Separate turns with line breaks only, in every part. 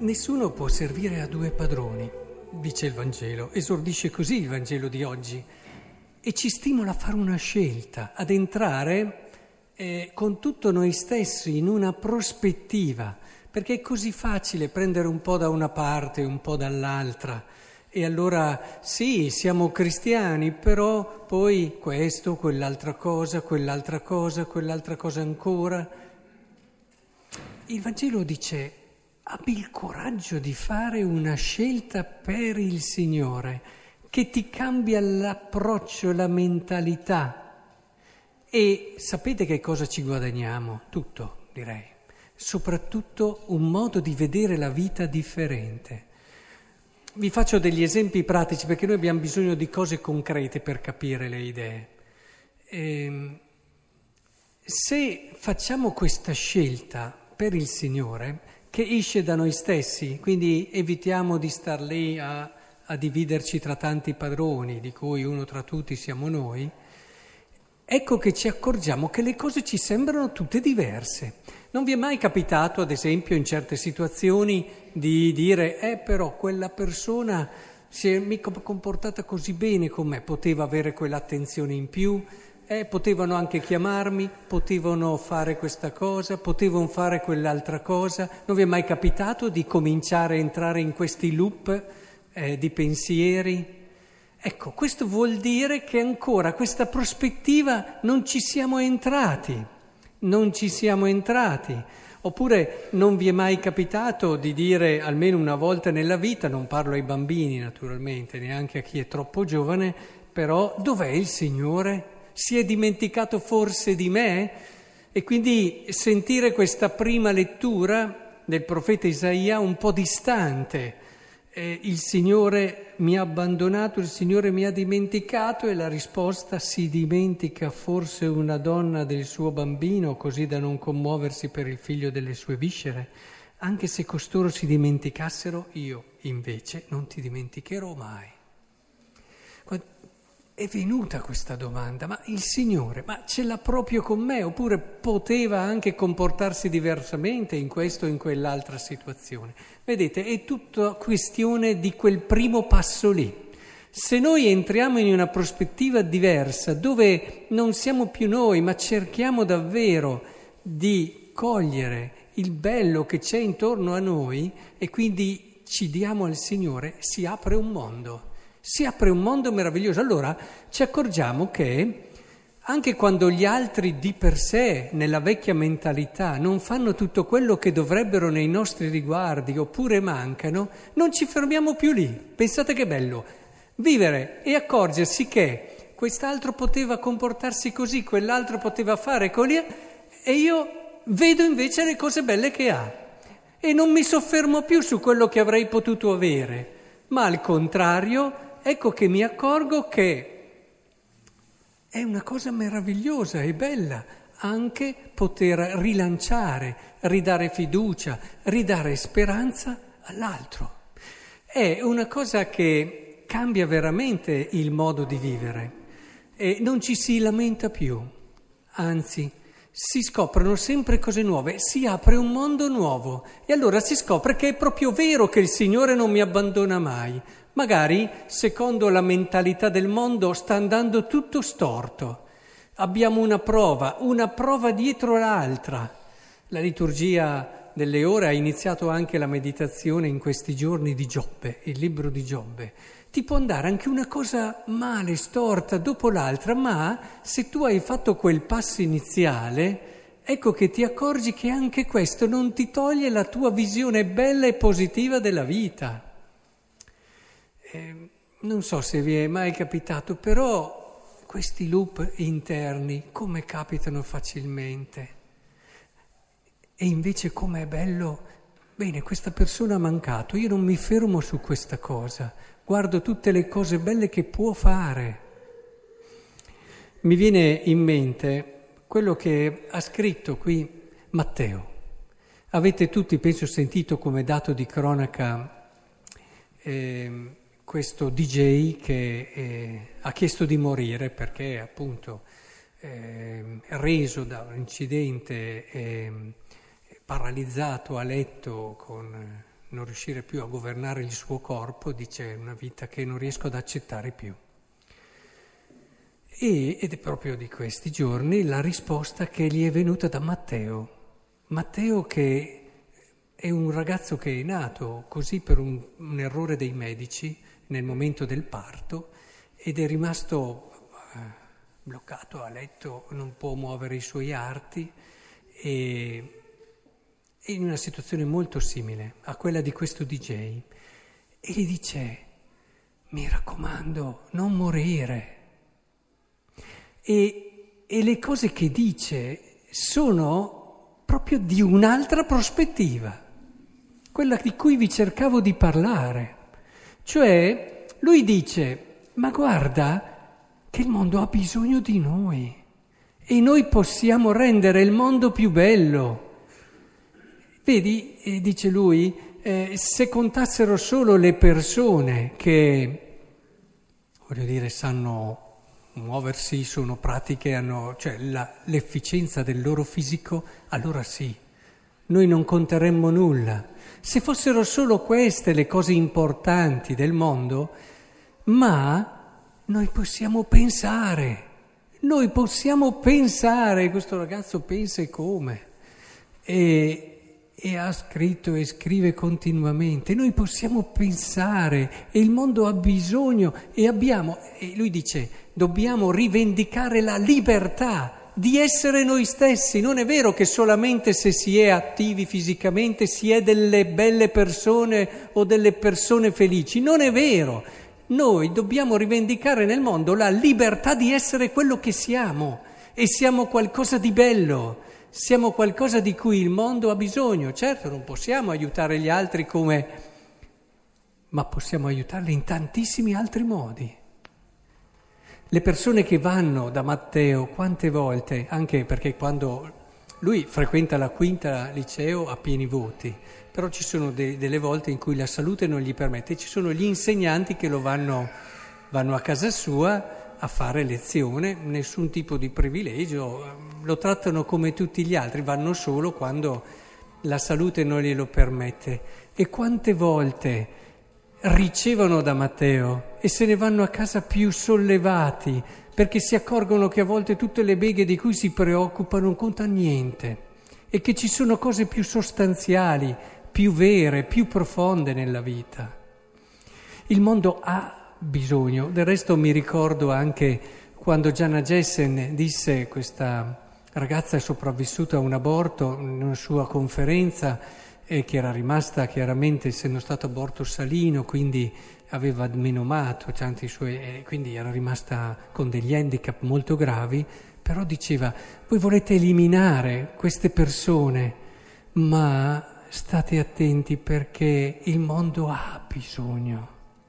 Nessuno può servire a due padroni, dice il Vangelo, esordisce così il Vangelo di oggi e ci stimola a fare una scelta, ad entrare con tutto noi stessi in una prospettiva, perché è così facile prendere un po' da una parte e un po' dall'altra. E allora sì, siamo cristiani, però poi questo, quell'altra cosa, quell'altra cosa, quell'altra cosa ancora. Il Vangelo dice: abbi il coraggio di fare una scelta per il Signore, che ti cambia l'approccio, la mentalità. E sapete che cosa ci guadagniamo? Tutto, direi. Soprattutto un modo di vedere la vita differente. Vi faccio degli esempi pratici perché noi abbiamo bisogno di cose concrete per capire le idee. Se facciamo questa scelta per il Signore, che esce da noi stessi, quindi evitiamo di star lì a dividerci tra tanti padroni, di cui uno tra tutti siamo noi, ecco che ci accorgiamo che le cose ci sembrano tutte diverse. Non vi è mai capitato, ad esempio, in certe situazioni di dire però quella persona si è mica comportata così bene con me, poteva avere quell'attenzione in più, potevano anche chiamarmi, potevano fare questa cosa, potevano fare quell'altra cosa. Non vi è mai capitato di cominciare a entrare in questi loop di pensieri? Ecco, questo vuol dire che ancora questa prospettiva non ci siamo entrati. Oppure non vi è mai capitato di dire almeno una volta nella vita, non parlo ai bambini naturalmente, neanche a chi è troppo giovane, però dov'è il Signore? Si è dimenticato forse di me? E quindi sentire questa prima lettura del profeta Isaia un po' distante. Il Signore mi ha abbandonato, il Signore mi ha dimenticato, e la risposta: si dimentica forse una donna del suo bambino così da non commuoversi per il figlio delle sue viscere? Anche se costoro si dimenticassero, io invece non ti dimenticherò mai. È venuta questa domanda: ma il Signore, ma ce l'ha proprio con me? Oppure poteva anche comportarsi diversamente in questa o in quell'altra situazione? Vedete, è tutta questione di quel primo passo lì. Se noi entriamo in una prospettiva diversa, dove non siamo più noi, ma cerchiamo davvero di cogliere il bello che c'è intorno a noi e quindi ci diamo al Signore, si apre un mondo. Si apre un mondo meraviglioso. Allora ci accorgiamo che anche quando gli altri di per sé, nella vecchia mentalità, non fanno tutto quello che dovrebbero nei nostri riguardi oppure mancano, non ci fermiamo più lì. Pensate che bello vivere e accorgersi che quest'altro poteva comportarsi così, quell'altro poteva fare così, e io vedo invece le cose belle che ha e non mi soffermo più su quello che avrei potuto avere, ma al contrario. Ecco che mi accorgo che è una cosa meravigliosa e bella anche poter rilanciare, ridare fiducia, ridare speranza all'altro. È una cosa che cambia veramente il modo di vivere e non ci si lamenta più, anzi si scoprono sempre cose nuove, si apre un mondo nuovo e allora si scopre che è proprio vero che il Signore non mi abbandona mai. Magari, secondo la mentalità del mondo, sta andando tutto storto. Abbiamo una prova dietro l'altra. La liturgia delle ore ha iniziato anche la meditazione in questi giorni di Giobbe, il libro di Giobbe. Ti può andare anche una cosa male, storta, dopo l'altra, ma se tu hai fatto quel passo iniziale, ecco che ti accorgi che anche questo non ti toglie la tua visione bella e positiva della vita. Non so se vi è mai capitato, però questi loop interni come capitano facilmente. E invece com'è bello, bene, questa persona ha mancato, io non mi fermo su questa cosa, guardo tutte le cose belle che può fare. Mi viene in mente quello che ha scritto qui Matteo. Avete tutti, penso, sentito come dato di cronaca questo DJ che ha chiesto di morire perché appunto reso da un incidente, paralizzato a letto con non riuscire più a governare il suo corpo, dice è una vita che non riesco ad accettare più. Ed è proprio di questi giorni la risposta che gli è venuta da Matteo. Matteo che è un ragazzo che è nato così per un errore dei medici nel momento del parto ed è rimasto bloccato a letto, non può muovere i suoi arti e è in una situazione molto simile a quella di questo DJ. E gli dice, mi raccomando, non morire. E le cose che dice sono proprio di un'altra prospettiva, quella di cui vi cercavo di parlare. Cioè, lui dice, ma guarda che il mondo ha bisogno di noi e noi possiamo rendere il mondo più bello. Vedi, dice lui, se contassero solo le persone che, voglio dire, sanno muoversi, sono pratiche, hanno cioè l'efficienza del loro fisico, allora sì, noi non conteremmo nulla. Se fossero solo queste le cose importanti del mondo, ma noi possiamo pensare, questo ragazzo pensa e come, e ha scritto e scrive continuamente, noi possiamo pensare e il mondo ha bisogno e lui dice, dobbiamo rivendicare la libertà di essere noi stessi. Non è vero che solamente se si è attivi fisicamente si è delle belle persone o delle persone felici, non è vero. Noi dobbiamo rivendicare nel mondo la libertà di essere quello che siamo e siamo qualcosa di bello. Siamo qualcosa di cui il mondo ha bisogno. Certo, non possiamo aiutare gli altri ma possiamo aiutarli in tantissimi altri modi. Le persone che vanno da Matteo, quante volte, anche perché quando lui frequenta la quinta liceo a pieni voti, però ci sono delle volte in cui la salute non gli permette, ci sono gli insegnanti che vanno a casa sua a fare lezione, nessun tipo di privilegio, lo trattano come tutti gli altri, vanno solo quando la salute non glielo permette. E quante volte ricevono da Matteo e se ne vanno a casa più sollevati, perché si accorgono che a volte tutte le beghe di cui si preoccupano non contano niente e che ci sono cose più sostanziali, più vere, più profonde nella vita. Il mondo ha bisogno. Del resto mi ricordo anche quando Gianna Jessen disse, questa ragazza è sopravvissuta a un aborto, in una sua conferenza, che era rimasta chiaramente, essendo stato aborto salino, quindi aveva menomato tanti suoi, quindi era rimasta con degli handicap molto gravi, però diceva, voi volete eliminare queste persone, ma state attenti perché il mondo ha bisogno.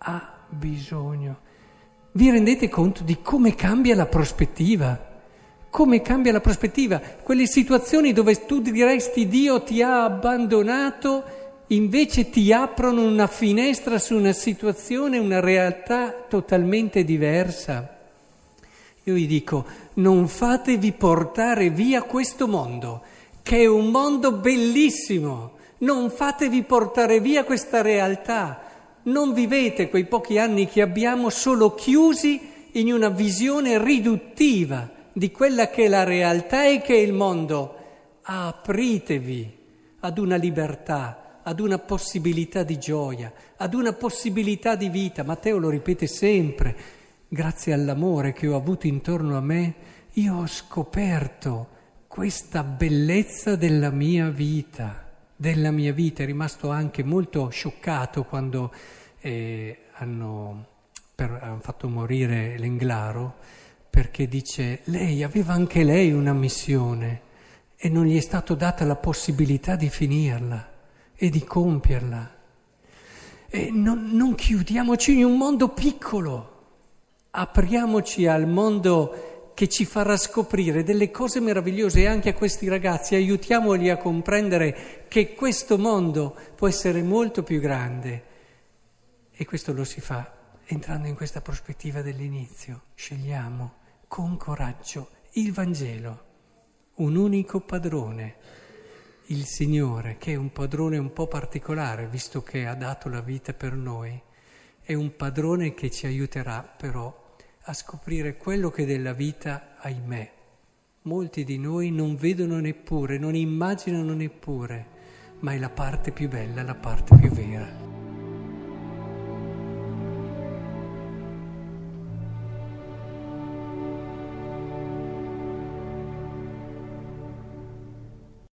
Vi rendete conto di come cambia la prospettiva? Come cambia la prospettiva? Quelle situazioni dove tu diresti Dio ti ha abbandonato, invece ti aprono una finestra su una situazione, una realtà totalmente diversa. Io vi dico, non fatevi portare via questo mondo, che è un mondo bellissimo. Non fatevi portare via questa realtà. Non vivete quei pochi anni che abbiamo solo chiusi in una visione riduttiva di quella che è la realtà e che è il mondo. Apritevi ad una libertà, ad una possibilità di gioia, ad una possibilità di vita. Matteo lo ripete sempre, grazie all'amore che ho avuto intorno a me, io ho scoperto questa bellezza della mia vita. È rimasto anche molto scioccato quando hanno fatto morire l'Englaro, perché dice, aveva anche lei una missione e non gli è stato data la possibilità di finirla e di compierla. E non chiudiamoci in un mondo piccolo, apriamoci al mondo che ci farà scoprire delle cose meravigliose, e anche a questi ragazzi aiutiamoli a comprendere che questo mondo può essere molto più grande, e questo lo si fa entrando in questa prospettiva dell'inizio. Scegliamo con coraggio il Vangelo, un unico padrone, il Signore, che è un padrone un po' particolare, visto che ha dato la vita per noi, è un padrone che ci aiuterà però a scoprire quello che della vita, ahimè, molti di noi non vedono neppure, non immaginano neppure, ma è la parte più bella, la parte più vera.